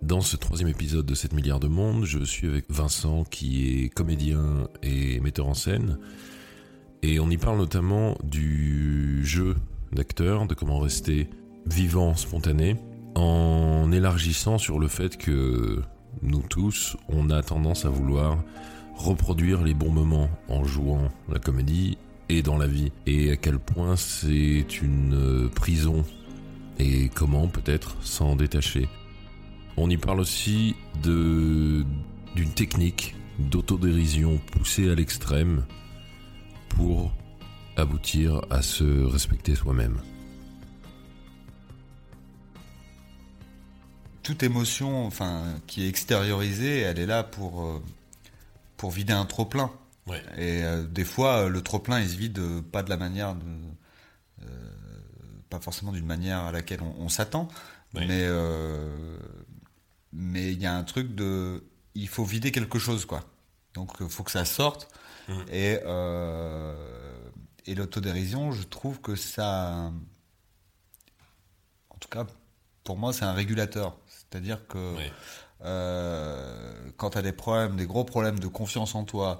Dans ce 3e épisode de 7 milliards de mondes, je suis avec Vincent qui est comédien et metteur en scène. Et on y parle notamment du jeu d'acteur, de comment rester vivant, spontané, en élargissant sur le fait que nous tous, on a tendance à vouloir reproduire les bons moments en jouant la comédie et dans la vie. Et à quel point c'est une prison et comment peut-être s'en détacher. On y parle aussi d'une technique d'autodérision poussée à l'extrême pour aboutir à se respecter soi-même. Toute émotion, qui est extériorisée, elle est là pour vider un trop-plein. Ouais. Et des fois, le trop-plein, il se vide pas de la manière pas forcément d'une manière à laquelle on s'attend, ouais. Mais il y a un truc il faut vider quelque chose, quoi. Donc il faut que ça sorte. Et l'autodérision, je trouve que ça, en tout cas pour moi, c'est un régulateur. C'est-à-dire que quand tu as des gros problèmes de confiance en toi,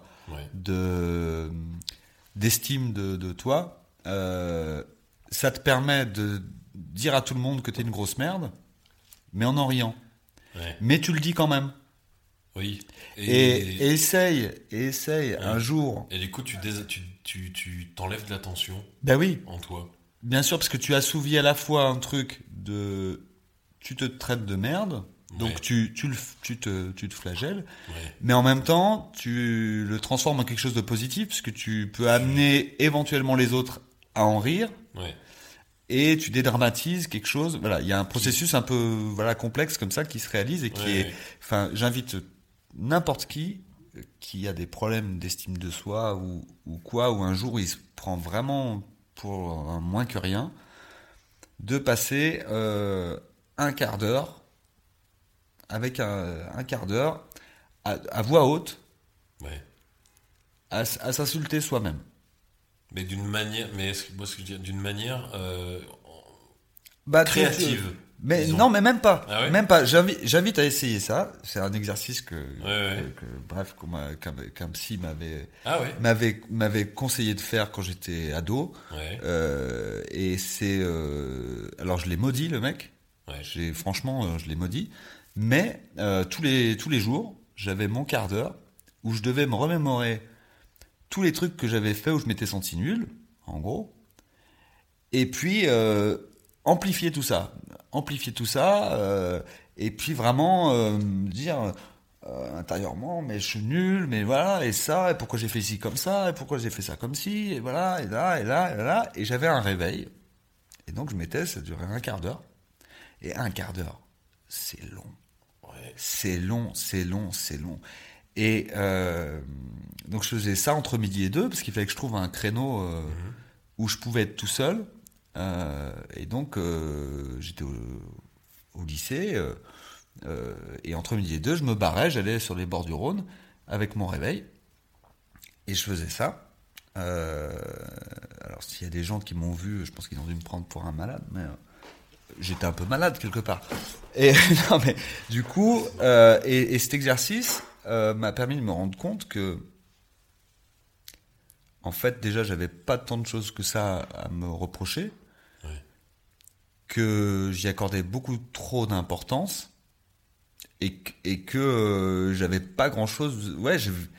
d'estime de toi, ça te permet de dire à tout le monde que tu es une grosse merde, mais en riant. Ouais. Mais tu le dis quand même. Oui. Et essaye un jour. Et du coup, tu t'enlèves de la tension Oui. en toi. Bien sûr, parce que tu assouvis à la fois un truc tu te traites de merde, donc tu te flagelles, mais en même temps, tu le transformes en quelque chose de positif, parce que tu peux amener éventuellement les autres à en rire. Ouais. Et tu dédramatises quelque chose. Voilà, il y a un processus un peu complexe comme ça qui se réalise et j'invite n'importe qui a des problèmes d'estime de soi ou un jour il se prend vraiment pour un moins que rien, de passer un quart d'heure avec un quart d'heure à voix haute, à s'insulter soi-même. Mais d'une manière, d'une manière créative. Mais disons. Non, mais même pas. Ah ouais. Même pas. J'invite à essayer ça. C'est un exercice qu'un psy m'avait conseillé de faire quand j'étais ado. Et c'est alors je l'ai maudit, le mec. Franchement, je l'ai maudit. Mais tous les jours, j'avais mon quart d'heure où je devais me remémorer tous les trucs que j'avais fait où je m'étais senti nul, en gros, et puis amplifier tout ça, et puis vraiment me dire intérieurement, mais je suis nul, mais voilà, et ça, et pourquoi j'ai fait ci comme ça, et pourquoi j'ai fait ça comme ci, et voilà, et là, et j'avais un réveil, et donc ça durait un quart d'heure, et un quart d'heure, c'est long. C'est long. Et donc je faisais ça entre midi et 2 parce qu'il fallait que je trouve un créneau où je pouvais être tout seul. Et donc j'étais au lycée et entre midi et 2 je me barrais, j'allais sur les bords du Rhône avec mon réveil et je faisais ça. Alors s'il y a des gens qui m'ont vu, je pense qu'ils ont dû me prendre pour un malade, mais j'étais un peu malade quelque part. Et non mais du coup, et cet exercice m'a permis de me rendre compte que, en fait, déjà, j'avais pas tant de choses que ça à me reprocher, que j'y accordais beaucoup trop d'importance, et que j'avais pas grand chose. Au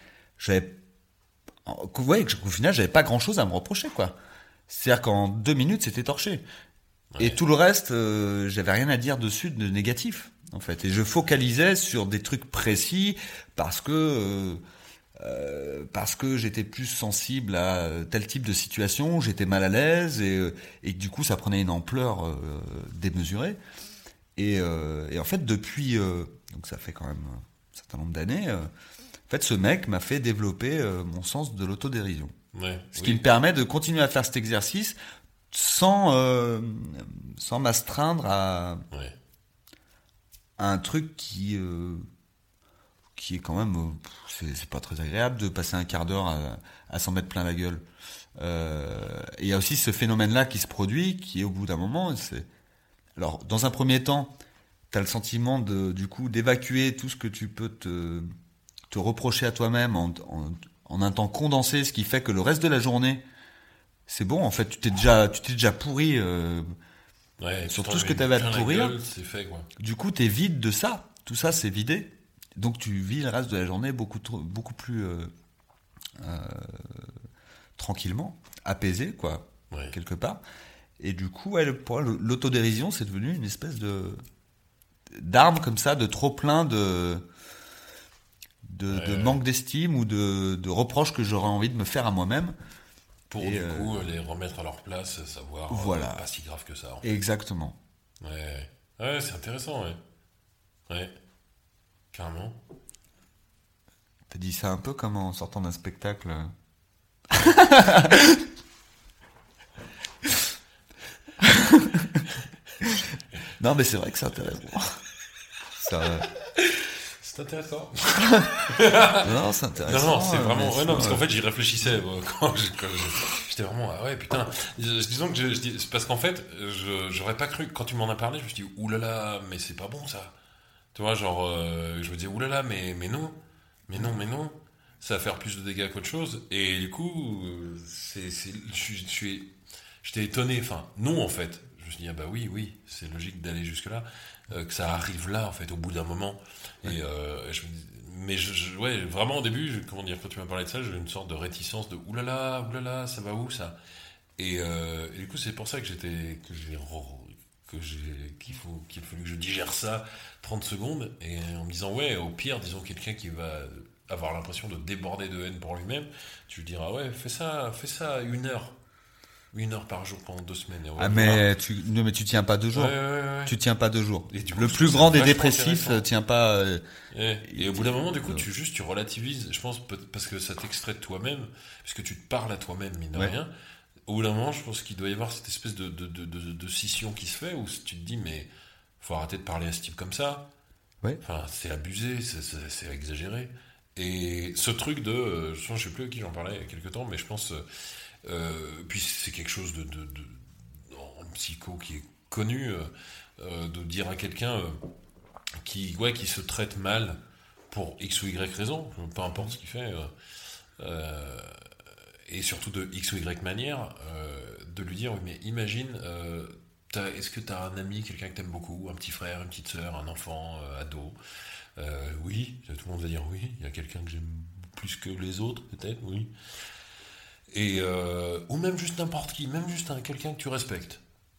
final, j'avais pas grand chose à me reprocher, quoi. C'est-à-dire qu'en 2 minutes, c'était torché. Et tout le reste, j'avais rien à dire dessus de négatif, en fait. Et je focalisais sur des trucs précis parce que j'étais plus sensible à tel type de situation, j'étais mal à l'aise et du coup ça prenait une ampleur démesurée. Et en fait depuis, donc ça fait quand même un certain nombre d'années, en fait ce mec m'a fait développer mon sens de l'autodérision. Ce qui me permet de continuer à faire cet exercice sans m'astreindre à un truc qui est quand même c'est pas très agréable de passer un quart d'heure à s'en mettre plein la gueule. Et il y a aussi ce phénomène là qui se produit, qui est au bout d'un moment, alors dans un premier temps t'as le sentiment du coup d'évacuer tout ce que tu peux te reprocher à toi-même en un temps condensé, ce qui fait que le reste de la journée, c'est bon. En fait, tu t'es déjà pourri sur tout ce que t'avais à te pourrir. Gueule, c'est fait, quoi. Du coup, t'es vide de ça. Tout ça, c'est vidé. Donc, tu vis le reste de la journée beaucoup plus tranquillement, apaisé, quoi, quelque part. Et du coup, pour moi, l'autodérision, c'est devenu une espèce d'arme comme ça, de trop plein de manque d'estime ou de reproches que j'aurais envie de me faire à moi-même. Pour du coup les remettre à leur place, savoir pas si grave que ça. En fait. Exactement. Ouais, c'est intéressant, ouais. Carrément. T'as dit ça un peu comme en sortant d'un spectacle. Non, mais c'est vrai que c'est intéressant. C'est intéressant. Non, c'est intéressant. Non, c'est vraiment. Ouais, non, parce qu'en fait, j'y réfléchissais quand j'étais vraiment. Ah ouais, putain. Disons que c'est parce qu'en fait, j'aurais pas cru. Quand tu m'en as parlé, je me suis dit, oulala, mais c'est pas bon ça. Tu vois, genre, je me disais, oulala, mais non. Mais non. Ça va faire plus de dégâts qu'autre chose. Et du coup, j'étais étonné. Enfin, non, en fait. Je me suis dit, ah bah oui, c'est logique d'aller jusque-là. Que ça arrive là, en fait, au bout d'un moment. Et mais ouais, vraiment au début, comment dire, quand tu m'as parlé de ça, j'ai une sorte de réticence de oulala, ça va où ça? Et du coup, c'est pour ça qu'il fallu que je digère ça 30 secondes, et en me disant, ouais, au pire, disons quelqu'un qui va avoir l'impression de déborder de haine pour lui-même, tu lui diras, ouais, fais ça 1 heure par jour pendant 2 semaines. Mais tu tiens pas 2 jours. Ouais. Tu tiens pas 2 jours. Et coup, le plus grand des dépressifs tient pas. Et au bout d'un moment, du coup, tu relativises, je pense, parce que ça t'extrait de toi-même, puisque tu te parles à toi-même, mine de rien. Au bout d'un moment, je pense qu'il doit y avoir cette espèce de scission qui se fait, où tu te dis, mais faut arrêter de parler à ce type comme ça. Ouais. Enfin, c'est abusé, c'est exagéré. Et ce truc je sais plus à qui j'en parlais il y a quelques temps, mais je pense. Puis c'est quelque chose en psycho qui est connu, de dire à quelqu'un qui se traite mal pour X ou Y raison, peu importe ce qu'il fait, et surtout de X ou Y manière, de lui dire, mais imagine, est-ce que t'as un ami, quelqu'un que t'aimes beaucoup, un petit frère, une petite sœur, un enfant, ado? Oui, tout le monde va dire oui, il y a quelqu'un que j'aime plus que les autres, peut-être, oui. Et ou même juste n'importe qui, même juste quelqu'un que tu respectes.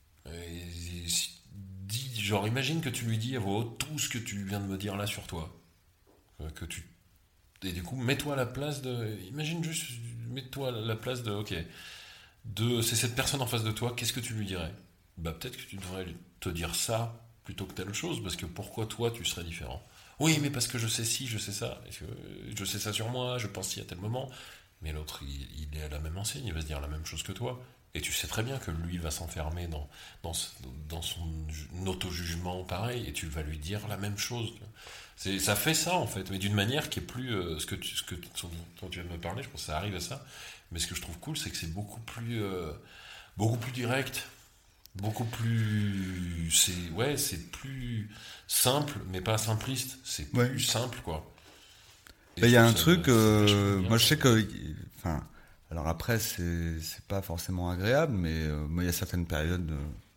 Genre, imagine que tu lui dis à voix haute tout ce que tu viens de me dire là sur toi. Et du coup, mets-toi à la place mets-toi à la place ok, c'est cette personne en face de toi, qu'est-ce que tu lui dirais? Bah, peut-être que tu devrais te dire ça plutôt que telle chose, parce que pourquoi toi tu serais différent? Oui, mais parce que je sais ci, je sais ça, je sais ça sur moi, je pense ci à tel moment. Mais l'autre, il est à la même enseigne, il va se dire la même chose que toi. Et tu sais très bien que lui va s'enfermer dans son auto-jugement pareil, et tu vas lui dire la même chose. Ça fait ça, en fait, mais d'une manière qui est plus... dont tu viens de me parler, je pense que ça arrive à ça. Mais ce que je trouve cool, c'est que c'est beaucoup plus direct, beaucoup plus... c'est plus simple, mais pas simpliste. C'est plus simple, quoi. Il y a un truc, moi je sais que, enfin, alors après c'est pas forcément agréable, mais moi il y a certaines périodes,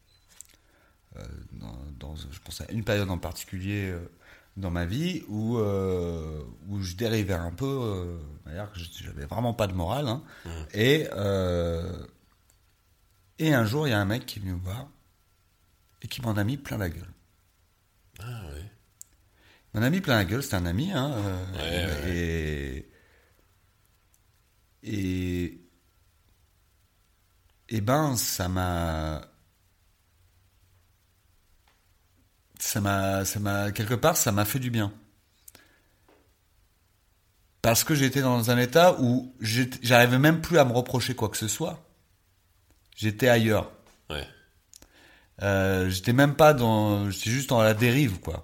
je pense à une période en particulier dans ma vie où je dérivais un peu, d'ailleurs que j'avais vraiment pas de morale, hein, et un jour il y a un mec qui est venu me voir et qui m'en a mis plein la gueule. Ah ouais. Mon ami plein la gueule, c'était un ami, hein, et ben ça m'a quelque part ça m'a fait du bien, parce que j'étais dans un état où j'arrivais même plus à me reprocher quoi que ce soit. J'étais ailleurs. J'étais même pas j'étais juste dans la dérive, quoi.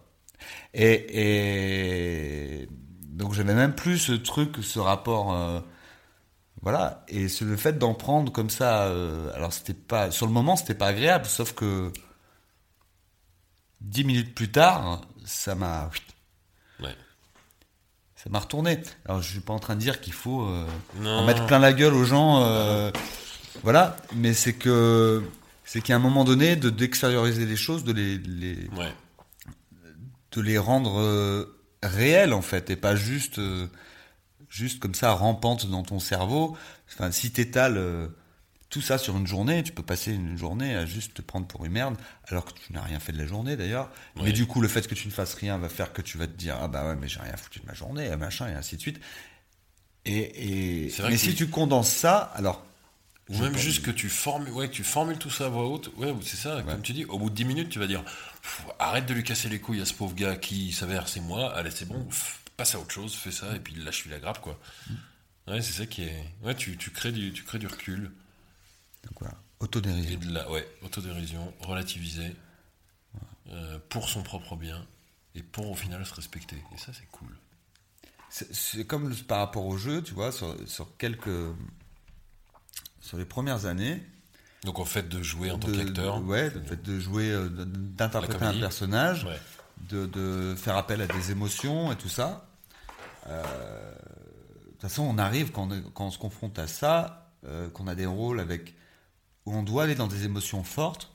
Et donc j'avais même plus ce rapport, voilà. Et le fait d'en prendre comme ça, alors c'était pas, sur le moment c'était pas agréable, sauf que 10 minutes plus tard, Ouais. ça m'a retourné. Alors, je suis pas en train de dire qu'il faut Non. en mettre plein la gueule aux gens, voilà. Mais c'est qu'à un moment donné, d'extérioriser les choses, de Ouais. les rendre réelles en fait, et pas juste comme ça rampante dans ton cerveau. Enfin, si t'étales tout ça sur une journée, tu peux passer une journée à juste te prendre pour une merde, alors que tu n'as rien fait de la journée d'ailleurs. Ouais. Mais du coup, le fait que tu ne fasses rien va faire que tu vas te dire ah bah ouais, mais j'ai rien foutu de ma journée, machin, et ainsi de suite. C'est vrai Mais que si tu condenses ça, alors ou même juste que tu formules tout ça à voix haute. Ouais, c'est ça. Comme tu dis, au bout de 10 minutes, tu vas dire arrête de lui casser les couilles à ce pauvre gars qui s'avère c'est moi. Allez, c'est bon, passe à autre chose, fais ça et puis là je suis la grappe quoi. Ouais, c'est ça qui est. Ouais, tu crées du recul donc voilà, et autodérision. autodérision, relativiser pour son propre bien et pour au final se respecter. Et ça c'est cool. C'est comme par rapport au jeu, tu vois, sur les premières années. Donc en fait de jouer en tant qu'acteur. Ouais, le fait de jouer, d'interpréter La un comédie. personnage, Ouais. de faire appel à des émotions et tout ça. De toute façon, on arrive quand on se confronte à ça, qu'on a des rôles où on doit aller dans des émotions fortes.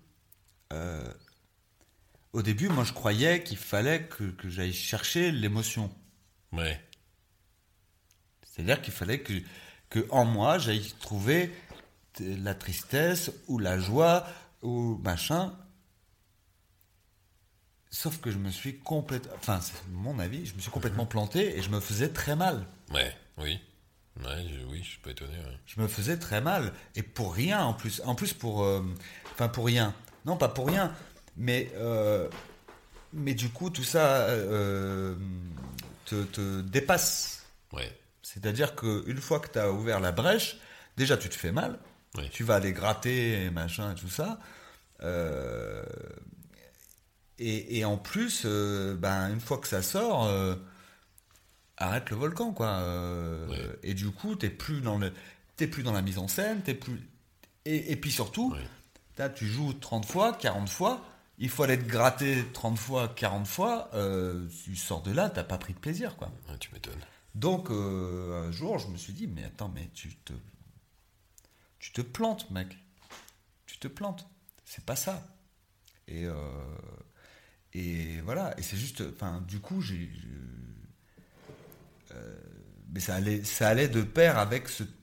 Au début, moi, je croyais qu'il fallait que j'aille chercher l'émotion. Ouais. C'est-à-dire qu'il fallait que en moi, j'aille trouver la tristesse ou la joie ou machin. Sauf que je me suis enfin, c'est mon avis, je me suis complètement planté et je me faisais très mal. Ouais. Oui. Ouais. Oui, je suis pas étonné. Ouais. Je me faisais très mal. Et pour rien en plus. En plus enfin, pour rien. Non, pas pour rien. Mais du coup, tout ça te dépasse. Ouais. C'est-à-dire qu'une fois que tu as ouvert la brèche, déjà tu te fais mal. Ouais. Tu vas aller gratter et machin et tout ça. Et en plus, une fois que ça sort, arrête le volcan, quoi. Ouais. Et du coup, t'es plus dans la mise en scène, et puis surtout, Ouais. là, tu joues 30 fois, 40 fois, il faut aller te gratter 30 fois, 40 fois, tu sors de là, t'as pas pris de plaisir, quoi. Ouais, tu m'étonnes. Donc, un jour, je me suis dit, mais attends, mais tu te plantes, mec. Tu te plantes. C'est pas ça. Et voilà. Et c'est juste, enfin, du coup, mais ça allait de pair avec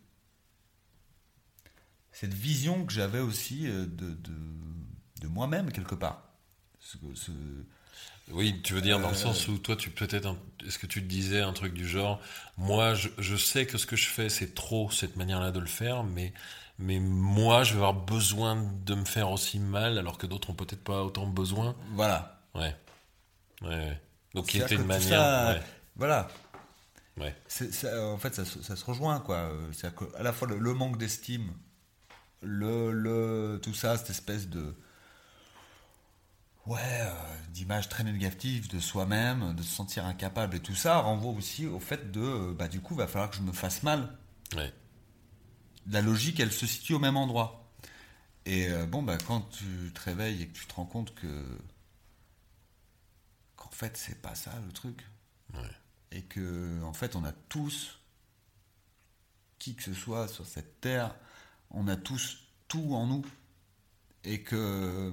cette vision que j'avais aussi de moi-même, quelque part. Oui, tu veux dire dans le sens où toi, est-ce que tu te disais un truc du genre, moi, je sais que ce que je fais, c'est trop cette manière-là de le faire, mais moi, je vais avoir besoin de me faire aussi mal, alors que d'autres ont peut-être pas autant besoin. Voilà. Ouais. Ouais. Donc, qui C'est-à-dire était une que tout manière. ça, Ouais. voilà. Ouais. En fait, ça se rejoint, quoi. C'est-à-dire qu'à la fois le manque d'estime, tout ça, cette espèce d'image très négative de soi-même, de se sentir incapable et tout ça, renvoie aussi au fait du coup, va falloir que je me fasse mal. Ouais. La logique, elle se situe au même endroit. Et quand tu te réveilles et que tu te rends compte qu'en fait, c'est pas ça le truc. Ouais. Et que, en fait, on a tous, qui que ce soit sur cette terre, on a tous tout en nous. Et que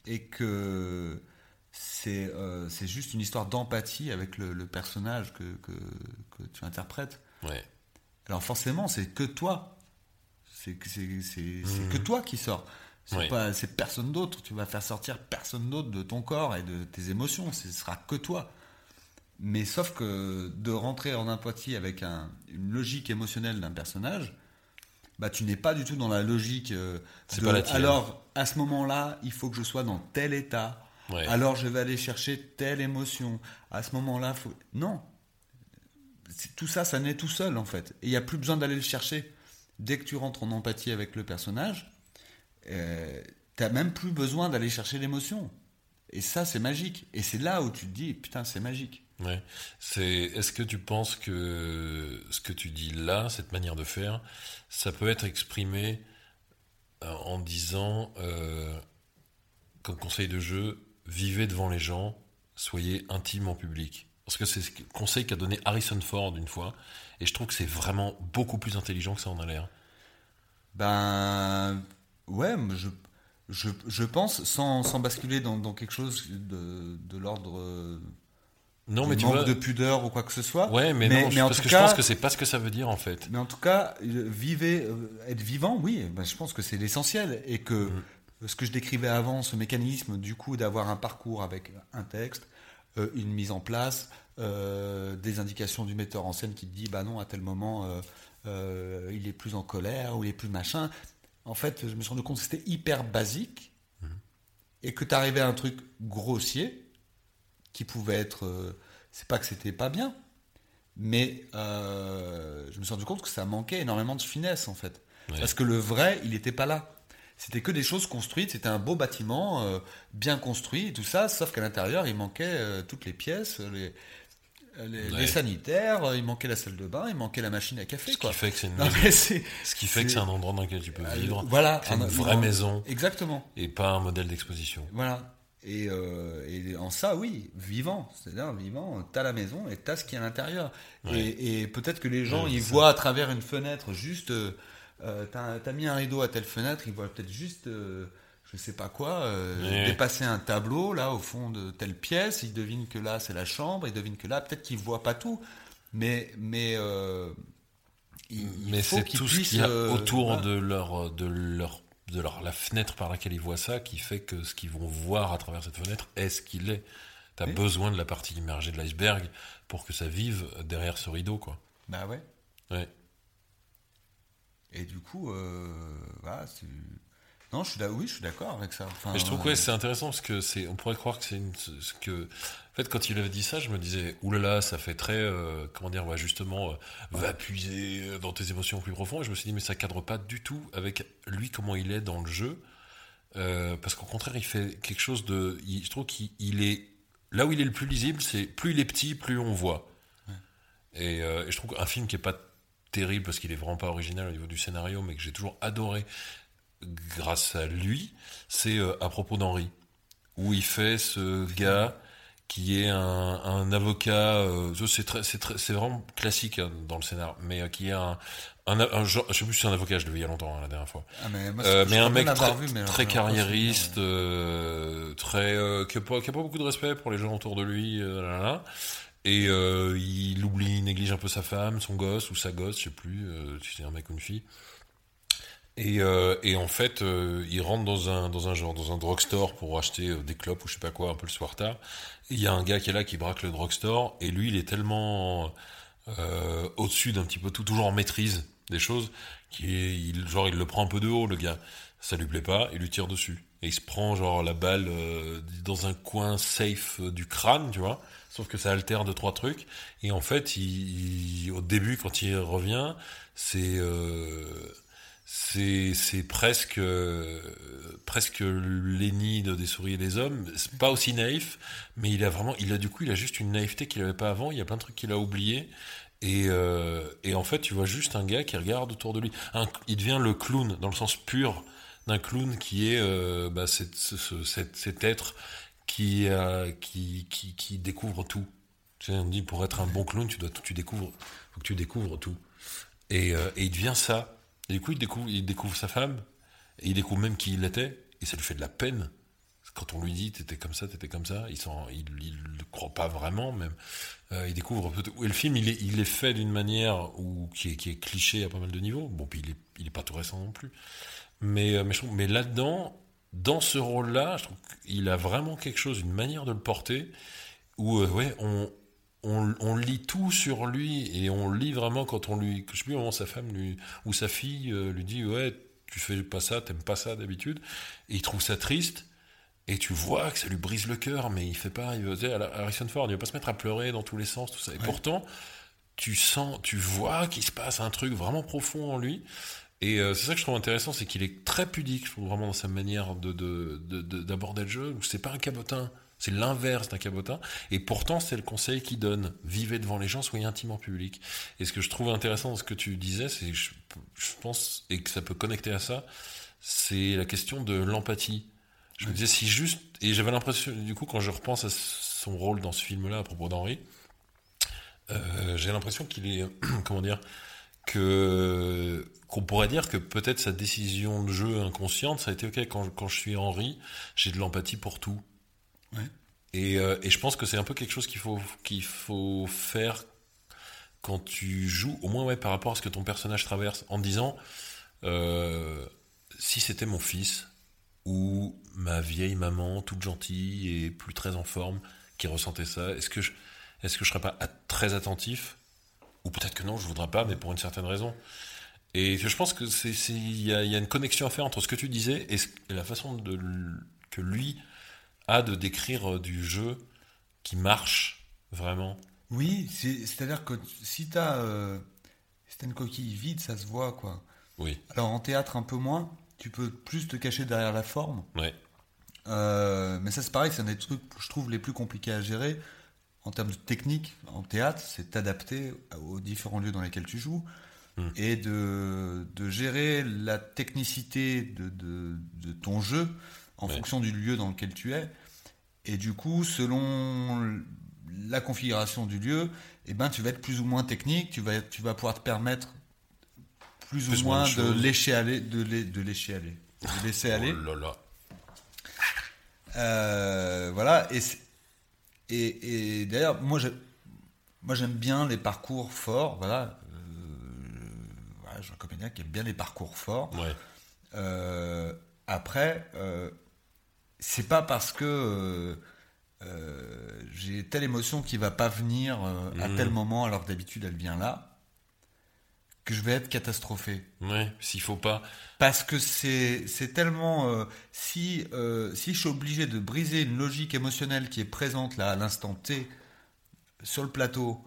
c'est juste une histoire d'empathie avec le personnage que tu interprètes. Ouais. Alors forcément, c'est que toi. C'est que toi qui sors. C'est personne d'autre. Tu vas faire sortir personne d'autre de ton corps et de tes émotions. Ce sera que toi. Mais sauf que de rentrer en empathie avec une logique émotionnelle d'un personnage, tu n'es pas du tout dans la logique C'est pas la tienne. alors à ce moment-là, il faut que je sois dans tel état. Ouais. Alors je vais aller chercher telle émotion. À ce moment-là, non. Tout ça, ça naît tout seul en fait. Et il n'y a plus besoin d'aller le chercher. Dès que tu rentres en empathie avec le personnage, t'as même plus besoin d'aller chercher l'émotion. Et ça, c'est magique. Et c'est là où tu te dis, putain, c'est magique. Ouais. Est-ce que tu penses que ce que tu dis là, cette manière de faire, ça peut être exprimé en disant, comme conseil de jeu, vivez devant les gens, soyez intime en public. Parce que c'est le conseil qu'a donné Harrison Ford une fois, et je trouve que c'est vraiment beaucoup plus intelligent que ça en a l'air. Ben, ouais, je pense, sans basculer dans quelque chose de l'ordre Non, du mais tu manque vois, de pudeur ou quoi que ce soit. ouais, mais non, mais en parce tout que je pense cas, que c'est pas ce que ça veut dire en fait. mais en tout cas, être vivant, oui, ben, je pense que c'est l'essentiel. Et que Mm. ce que je décrivais avant, ce mécanisme du coup d'avoir un parcours avec un texte, une mise en place, des indications du metteur en scène qui te dit, bah non, à tel moment, il est plus en colère ou il est plus machin. En fait, je me suis rendu compte que c'était hyper basique et que tu arrivais à un truc grossier qui pouvait être. C'est pas que c'était pas bien, mais je me suis rendu compte que ça manquait énormément de finesse en fait. Ouais. Parce que le vrai, il n'était pas là. C'était que des choses construites, c'était un beau bâtiment, bien construit et tout ça, sauf qu'à l'intérieur, il manquait toutes les pièces, les Ouais. sanitaires, il manquait la salle de bain, il manquait la machine à café. Ce qui Quoi. fait que c'est une Non, maison. mais Ce qui fait que c'est un endroit dans lequel tu peux vivre. voilà, C'est une vraie maison Exactement. et pas un modèle d'exposition. Voilà. Et en ça, oui, vivant. C'est-à-dire, vivant, t'as la maison et t'as ce qu'il y a à l'intérieur. Ouais. Et peut-être que les gens, Ouais, ils c'est voient à travers une fenêtre juste. T'as mis un rideau à telle fenêtre, ils voient peut-être juste. Je sais pas quoi, Ouais. dépasser un tableau là au fond de telle pièce, ils devinent que là c'est la chambre, ils devinent que là peut-être qu'ils voient pas tout, mais il Mais faut c'est qu'ils tout ce puissent qu'il y a autour voilà. de la fenêtre par laquelle ils voient ça qui fait que ce qu'ils vont voir à travers cette fenêtre est ce qu'il est. T'as Oui. besoin de la partie immergée de l'iceberg pour que ça vive derrière ce rideau, quoi. Bah ouais. Ouais. Et du coup, voilà, non, oui, je suis d'accord avec ça. Enfin, Mais je trouve que ouais, c'est intéressant parce que on pourrait croire que c'est en fait, quand il avait dit ça, je me disais, oulala, ça fait très, comment dire, ouais, justement, va puiser dans tes émotions plus profondes. Et je me suis dit, mais ça cadre pas du tout avec lui, comment il est dans le jeu. Parce qu'au contraire, il fait quelque chose je trouve qu'il est, là où il est le plus lisible, c'est plus il est petit, plus on voit. Et je trouve qu'un film qui est pas terrible parce qu'il est vraiment pas original au niveau du scénario, mais que j'ai toujours adoré grâce à lui, c'est à propos d'Henri, où il fait ce gars qui est un avocat, c'est vraiment classique hein, dans le scénar, mais qui est un genre, je sais plus si c'est un avocat, je l'ai vu il y a longtemps hein, la dernière fois, ah, mais moi, mais un mec très, vu, mais très alors, carriériste, ouais. très qui a pas beaucoup de respect pour les gens autour de lui, et il néglige un peu sa femme, son gosse ou sa gosse, je sais plus si c'est un mec ou une fille. Et en fait, il rentre dans un drugstore pour acheter des clopes ou je sais pas quoi, un peu le soir tard. Et il y a un gars qui est là qui braque le drugstore et lui, il est tellement au-dessus d'un petit peu tout, toujours en maîtrise des choses, il le prend un peu de haut, le gars. Ça lui plaît pas, il lui tire dessus. Et il se prend genre la balle dans un coin safe du crâne, tu vois. Sauf que ça altère deux trois trucs. Et en fait, au début, quand il revient, c'est presque l'Enid des souris et des hommes. C'est pas aussi naïf, mais il a juste une naïveté qu'il avait pas avant. Il y a plein de trucs qu'il a oubliés. Et en fait, tu vois juste un gars qui regarde autour de lui. Il devient le clown dans le sens pur d'un clown qui est cet être qui découvre tout. Tu sais, on dit pour être un bon clown, faut que tu découvres tout. Et il devient ça. Et du coup, il découvre sa femme, et il découvre même qui il était, et ça lui fait de la peine. Quand on lui dit t'étais comme ça, il le croit pas vraiment même. Il découvre. Et le film, il est fait d'une manière qui est cliché à pas mal de niveaux. Bon, puis il est pas tout récent non plus. Mais là-dedans, dans ce rôle-là, je trouve qu'il a vraiment quelque chose, une manière de le porter, où ouais, on lit tout sur lui et on lit vraiment quand je sais plus comment sa femme ou sa fille lui dit ouais tu fais pas ça, t'aimes pas ça d'habitude, et il trouve ça triste et tu vois que ça lui brise le cœur, mais il fait pas, Harrison Ford, il va pas se mettre à pleurer dans tous les sens tout ça, et pourtant tu vois qu'il se passe un truc vraiment profond en lui. Et c'est ça que je trouve intéressant, c'est qu'il est très pudique, je trouve, vraiment dans sa manière d'aborder le jeu, où c'est pas un cabotin, c'est l'inverse d'un cabotin, et pourtant c'est le conseil qu'il donne: vivez devant les gens, soyez intime en public. Et ce que je trouve intéressant dans ce que tu disais, c'est, je pense, et que ça peut connecter à ça, c'est la question de l'empathie. Je me disais si juste, et j'avais l'impression, du coup, quand je repense à son rôle dans ce film-là à propos d'Henri, j'ai l'impression qu'il est, comment dire, qu'on pourrait dire que peut-être sa décision de jeu inconsciente, ça a été ok, quand je suis Henri, j'ai de l'empathie pour tout. Ouais. Et je pense que c'est un peu quelque chose qu'il faut faire quand tu joues, au moins ouais, par rapport à ce que ton personnage traverse, en te disant si c'était mon fils ou ma vieille maman toute gentille et plus très en forme qui ressentait ça, est-ce que je serais pas très attentif, ou peut-être que non, je voudrais pas, mais pour une certaine raison. Et je pense que il y a une connexion à faire entre ce que tu disais et la façon que lui a de décrire du jeu qui marche vraiment. Oui, c'est-à-dire que si t'as une coquille vide, ça se voit, quoi. Oui, Alors en théâtre, un peu moins, tu peux plus te cacher derrière la forme. ouais, Mais ça, c'est pareil, c'est un des trucs, je trouve, les plus compliqués à gérer. En termes de technique, en théâtre, c'est t'adapter aux différents lieux dans lesquels tu joues hmm, et de gérer la technicité de ton jeu en ouais, fonction du lieu dans lequel tu es. Et du coup, selon la configuration du lieu, eh ben, tu vas être plus ou moins technique, tu vas pouvoir te permettre plus ou plus ou moins de moins de choses. lécher aller, de lécher aller, de laisser Oh aller. là là, Voilà. Et d'ailleurs, moi j'aime bien les parcours forts. Voilà. Voilà, je suis un comédien qui aime bien les parcours forts. ouais, Après, c'est pas parce que j'ai telle émotion qui va pas venir à tel hmm, moment alors que d'habitude elle vient là que je vais être catastrophé. ouais, s'il faut pas, Parce que c'est tellement si je suis obligé de briser une logique émotionnelle qui est présente là à l'instant T sur le plateau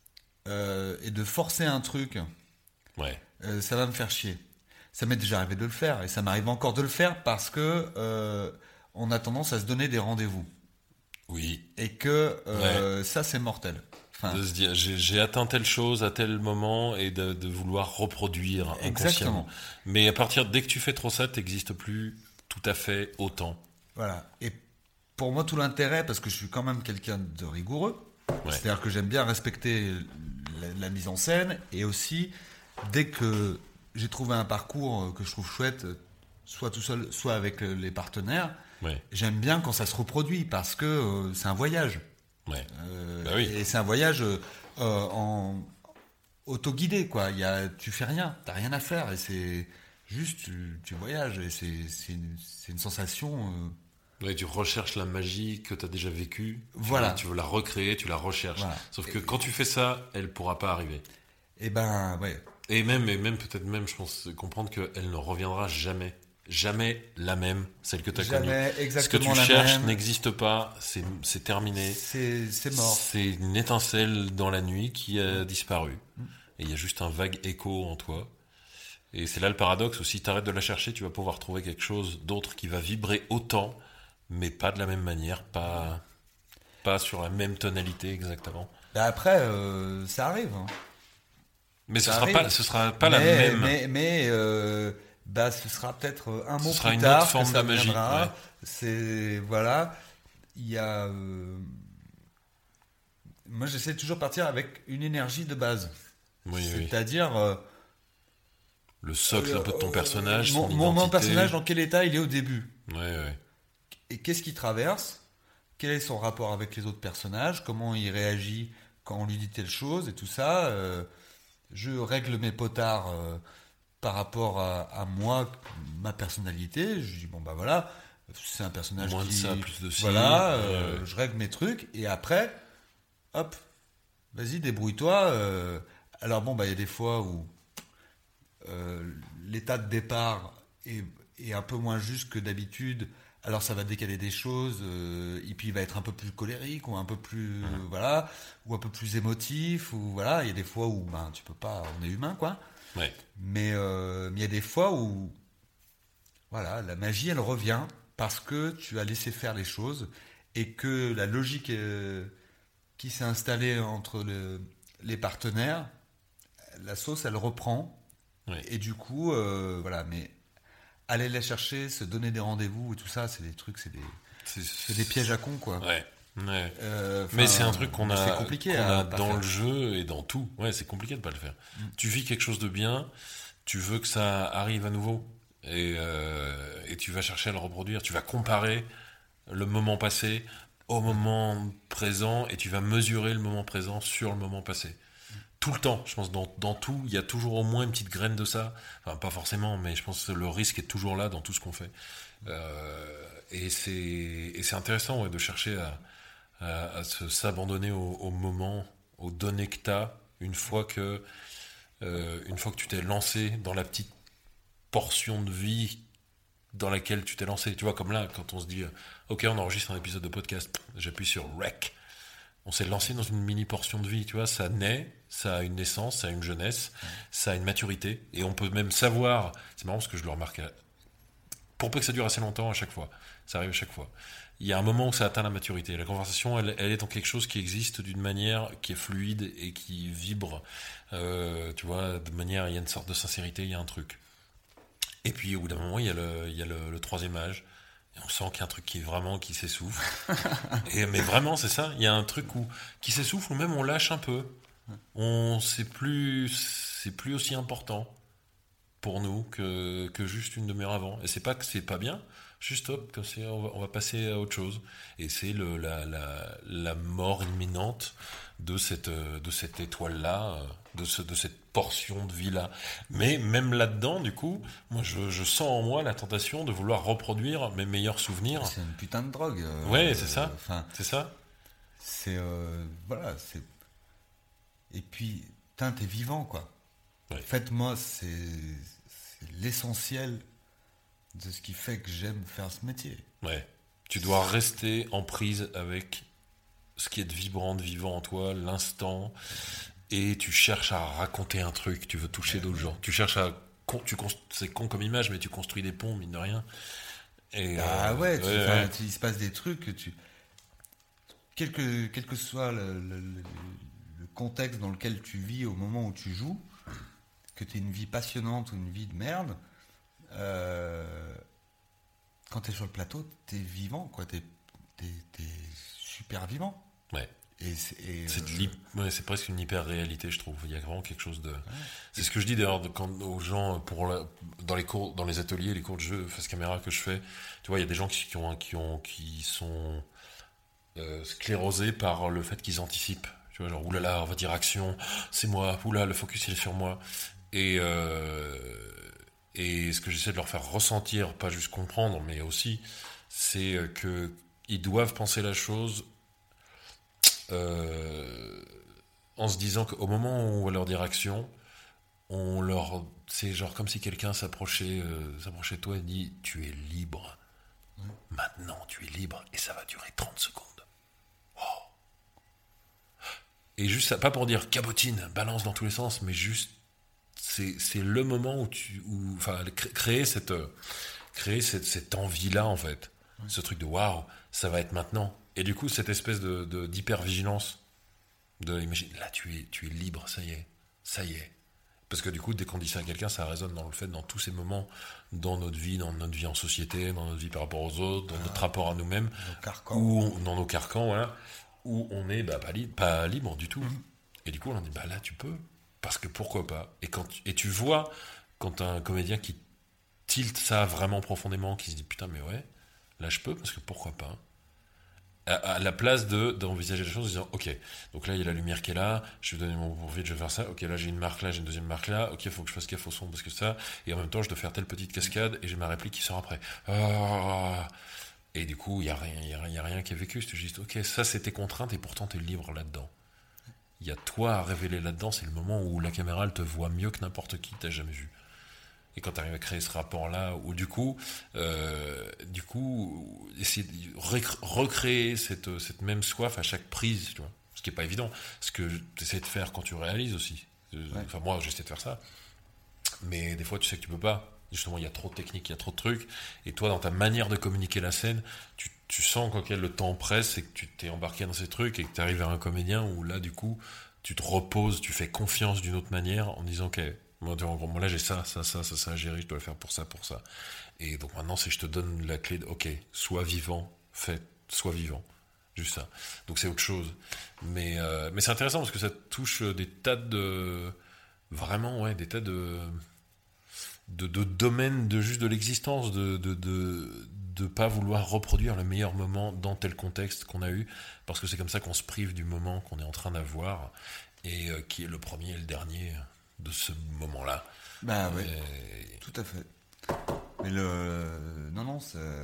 et de forcer un truc, ouais, ça va me faire chier. Ça m'est déjà arrivé de le faire et ça m'arrive encore de le faire parce que on a tendance à se donner des rendez-vous oui, et que ouais. ça c'est mortel. Enfin, De se dire j'ai atteint telle chose à tel moment et de vouloir reproduire inconsciemment. exactement. Mais à partir dès que tu fais trop ça, t'existes plus tout à fait autant. Voilà. Et pour moi tout l'intérêt, parce que je suis quand même quelqu'un de rigoureux, Ouais, c'est-à-dire que j'aime bien respecter la mise en scène et aussi dès que j'ai trouvé un parcours que je trouve chouette, soit tout seul, soit avec les partenaires, ouais, j'aime bien quand ça se reproduit parce que c'est un voyage. ouais. Bah oui. Et c'est un voyage en auto-guidé, quoi. Tu fais rien, t'as rien à faire et c'est juste tu voyages et c'est une sensation. Ouais, tu recherches la magie que tu as déjà vécue, Voilà, tu veux la recréer, tu la recherches. voilà. Sauf que quand tu fais ça, elle pourra pas arriver. Et ben ouais, Et même peut-être même, je pense, comprendre qu'elle ne reviendra jamais. Jamais la même, celle que tu as connue. jamais Ce que tu exactement la cherches même. n'existe pas, c'est terminé. C'est mort. C'est une étincelle dans la nuit qui a disparu. Et il y a juste un vague écho en toi. Et c'est là le paradoxe, où si tu arrêtes de la chercher, tu vas pouvoir trouver quelque chose d'autre qui va vibrer autant, mais pas de la même manière, pas sur la même tonalité exactement. Ben après, ça arrive, hein. Mais Ça arrive. ce sera pas la même. Bah, ce sera peut-être un Ce mot sera plus une autre tard que forme de ça magie. Ouais. viendra. C'est voilà. Il y a. Moi, j'essaie de toujours partir avec une énergie de base. Oui, oui. C'est-à-dire, Le socle un peu de ton personnage, son mon identité. personnage, dans quel état il est au début Ouais, ouais. et qu'est-ce qu'il traverse, quel est son rapport avec les autres personnages, comment il réagit quand on lui dit telle chose et tout ça. Je règle mes potards par rapport à moi, ma personnalité. Je dis bon bah voilà, c'est un personnage Moins de qui ça, plus de ci. voilà, Ouais, ouais. je règle mes trucs et après, hop, vas-y débrouille-toi. Alors bon bah il y a des fois où l'état de départ est un peu moins juste que d'habitude. Alors ça va décaler des choses, et puis il va être un peu plus colérique ou un peu plus voilà, ou un peu plus émotif ou voilà. Il y a des fois où ben tu peux pas, on est humain quoi. Ouais. Mais il y a des fois où voilà, la magie elle revient parce que tu as laissé faire les choses et que la logique qui s'est installée entre les partenaires, la sauce elle reprend Ouais. et du coup voilà. Mais aller les chercher, se donner des rendez-vous et tout ça, c'est des trucs, c'est des pièges à con, quoi. Ouais. Mais c'est un truc qu'on a, c'est compliqué qu'on a pas dans faire. le jeu et dans tout. Ouais, c'est compliqué de pas le faire. Tu vis quelque chose de bien, tu veux que ça arrive à nouveau et tu vas chercher à le reproduire. Tu vas comparer le moment passé au moment présent et tu vas mesurer le moment présent sur le moment passé. Tout le temps, je pense, dans tout, il y a toujours au moins une petite graine de ça. Enfin, pas forcément, mais je pense que le risque est toujours là dans tout ce qu'on fait. Et c'est intéressant, ouais, de chercher s'abandonner au moment, aux données que t'as une fois que tu t'es lancé dans la petite portion de vie dans laquelle tu t'es lancé. Tu vois, comme là, quand on se dit, ok, on enregistre un épisode de podcast, j'appuie sur Rec. On s'est lancé dans une mini portion de vie, tu vois, ça naît, ça a une naissance, ça a une jeunesse, ça a une maturité, et on peut même savoir, c'est marrant parce que je le remarque, pour peu que ça dure assez longtemps à chaque fois, ça arrive à chaque fois. Il y a un moment où ça atteint la maturité. La conversation, elle est dans quelque chose qui existe d'une manière qui est fluide et qui vibre. Tu vois, de manière, il y a une sorte de sincérité, il y a un truc. Et puis au bout d'un moment, il y a le troisième âge. Et on sent qu'il y a un truc qui s'essouffle. Mais vraiment, c'est ça. Il y a un truc qui s'essouffle ou même on lâche un peu. C'est plus aussi important pour nous que juste une demi-heure avant. Et c'est pas que c'est pas bien. Juste hop, comme c'est, on va passer à autre chose. Et c'est la mort imminente de cette étoile-là, de cette portion de vie-là. Mais même là-dedans, du coup, moi, je sens en moi la tentation de vouloir reproduire mes meilleurs souvenirs. C'est une putain de drogue. Ouais, c'est ça. C'est ça. C'est voilà, c'est. Et puis, putain, t'es vivant, quoi. Ouais. En fait, moi, c'est l'essentiel de ce qui fait que j'aime faire ce métier. Ouais. Tu dois rester en prise avec ce qui est de vibrant, de vivant en toi, l'instant, et tu cherches à raconter un truc, tu veux toucher d'autres gens. Tu cherches à... c'est con comme image, mais tu construis des ponts, mine de rien. Et, ouais, il se passe des trucs, quel que soit le contexte dans lequel tu vis au moment où tu joues, que tu aies une vie passionnante ou une vie de merde, quand tu es sur le plateau, tu es vivant, quoi. T'es super vivant. Ouais. C'est presque une hyper-réalité, je trouve. Il y a vraiment quelque chose de... Ouais. C'est ce que je dis d'ailleurs aux gens dans les cours, dans les ateliers, les cours de jeu face caméra que je fais. Tu vois, il y a des gens qui sont sclérosés par le fait qu'ils anticipent. Tu vois, genre, oulala, on va dire action, c'est moi, oulala, le focus il est sur moi. Et ce que j'essaie de leur faire ressentir, pas juste comprendre, mais aussi, c'est que ils doivent penser la chose en se disant qu'au moment où on va leur dire action, c'est genre comme si quelqu'un s'approchait de toi et dit tu es libre. Maintenant tu es libre et ça va durer 30 secondes. Wow. Et juste ça, pas pour dire cabotine, balance dans tous les sens, mais juste c'est le moment où créer cette envie-là, en fait. Ouais. Ce truc de waouh, ça va être maintenant. Et du coup, cette espèce d'hyper-vigilance, imagine, là, tu es libre, ça y est. Parce que du coup, dès qu'on dit ça à quelqu'un, ça résonne dans le fait, dans tous ces moments, dans notre vie en société, dans notre vie par rapport aux autres, dans notre rapport à nous-mêmes, dans nos carcans, voilà, où on est pas libre du tout. Mm-hmm. Et du coup, on dit, là, tu peux. Parce que pourquoi pas. Et tu vois, quand un comédien qui tilte ça vraiment profondément, qui se dit, putain, mais ouais, là, je peux, parce que pourquoi pas. À la place d'envisager les choses en disant ok, donc là il y a la lumière qui est là, je vais donner mon profil, je vais faire ça, ok, là j'ai une marque là, j'ai une deuxième marque là, ok, il faut que je fasse gaffe au son parce que ça, et en même temps je dois faire telle petite cascade et j'ai ma réplique qui sort après. Et du coup il y a rien qui est vécu, c'est juste ok, ça c'est tes contraintes et pourtant t'es libre là-dedans. Il y a toi à révéler là-dedans, c'est le moment où la caméra elle te voit mieux que n'importe qui t'as jamais vu. Et quand tu arrives à créer ce rapport-là, où du coup, essayer de recréer cette même soif à chaque prise, tu vois, ce qui est pas évident. Ce que tu essaies de faire quand tu réalises aussi. Enfin, moi, j'essaie de faire ça. Mais des fois, tu sais que tu peux pas. Justement, il y a trop de techniques, il y a trop de trucs. Et toi, dans ta manière de communiquer la scène, tu sens quand le temps presse et que tu t'es embarqué dans ces trucs et que tu arrives vers un comédien où là, du coup, tu te reposes, tu fais confiance d'une autre manière en disant, ok, Moi, en gros, moi là j'ai ça à gérer, je dois le faire pour ça. Et donc maintenant, je te donne la clé de, ok, sois vivant, sois vivant. Juste ça. Donc c'est autre chose. Mais c'est intéressant parce que ça touche des tas de... Vraiment, ouais, des tas de domaines juste de l'existence, de pas vouloir reproduire le meilleur moment dans tel contexte qu'on a eu, parce que c'est comme ça qu'on se prive du moment qu'on est en train d'avoir, et qui est le premier et le dernier de ce moment-là. Bah oui, tout à fait. Mais non,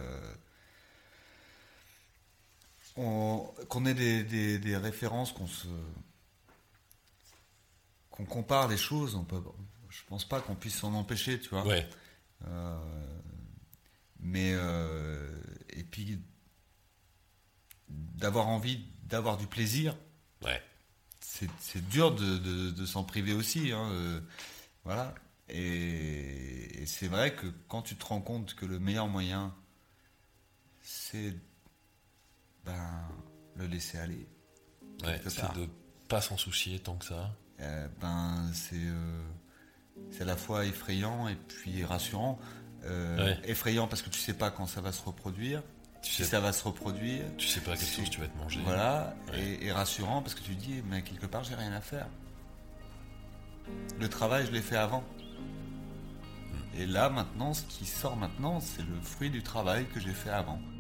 qu'on ait des références, qu'on compare les choses, je pense pas qu'on puisse s'en empêcher, tu vois. Ouais. Mais et puis d'avoir envie d'avoir du plaisir. Ouais. C'est dur de s'en priver aussi, hein, voilà. Et c'est vrai que quand tu te rends compte que le meilleur moyen, c'est le laisser aller. Ouais, c'est de pas s'en soucier tant que ça. C'est à la fois effrayant et puis rassurant. Effrayant parce que tu sais pas quand ça va se reproduire. Ça va se reproduire. Tu sais pas à quelle sauce tu vas te manger. Voilà. Et rassurant parce que tu te dis, mais quelque part, j'ai rien à faire. Le travail, je l'ai fait avant. Et là, maintenant, ce qui sort maintenant, c'est le fruit du travail que j'ai fait avant.